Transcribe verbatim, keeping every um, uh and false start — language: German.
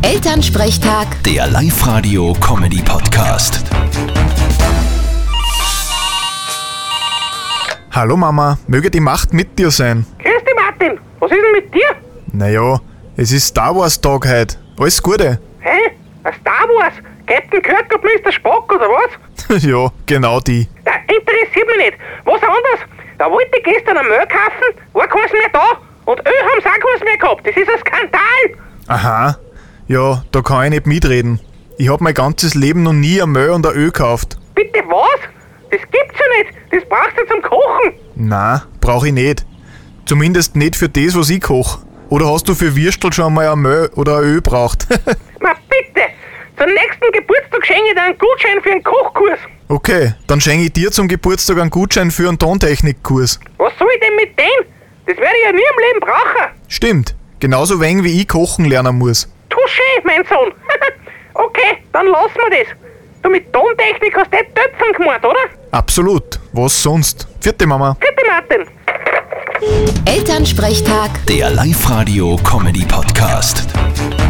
Elternsprechtag, Der Live-Radio-Comedy-Podcast. Hallo Mama, möge die Macht mit dir sein. Grüß dich, Martin. Was ist denn mit dir? Naja, es ist Star Wars Tag heute. Alles Gute. Hä? Ein Star Wars? Captain Kirk und Mister Spock oder was? Ja, genau die. Da interessiert mich nicht. Was anderes? Da wollte ich gestern ein Mehl kaufen, war keins mehr da. Und Öl haben sie auch keins mehr gehabt. Das ist ein Skandal. Aha. Ja, da kann ich nicht mitreden. Ich hab mein ganzes Leben noch nie ein Mehl und ein Öl gekauft. Bitte was? Das gibt's ja nicht. Das brauchst du zum Kochen. Na, brauch ich nicht. Zumindest nicht für das, was ich koch. Oder hast du für Würstel schon mal ein Mehl oder ein Öl braucht? Na bitte. Zum nächsten Geburtstag schenke ich dir einen Gutschein für einen Kochkurs. Okay, dann schenke ich dir zum Geburtstag einen Gutschein für einen Tontechnikkurs. Was soll ich denn mit dem? Das werde ich ja nie im Leben brauchen. Stimmt, genauso wenig wie ich kochen lernen muss. Touché, mein Sohn. Okay, dann lassen wir das. Du, mit Tontechnik hast du nicht Töpfen gemacht, oder? Absolut, was sonst? Vierte Mama. Bitte, Martin. Elternsprechtag. Der Live-Radio-Comedy-Podcast.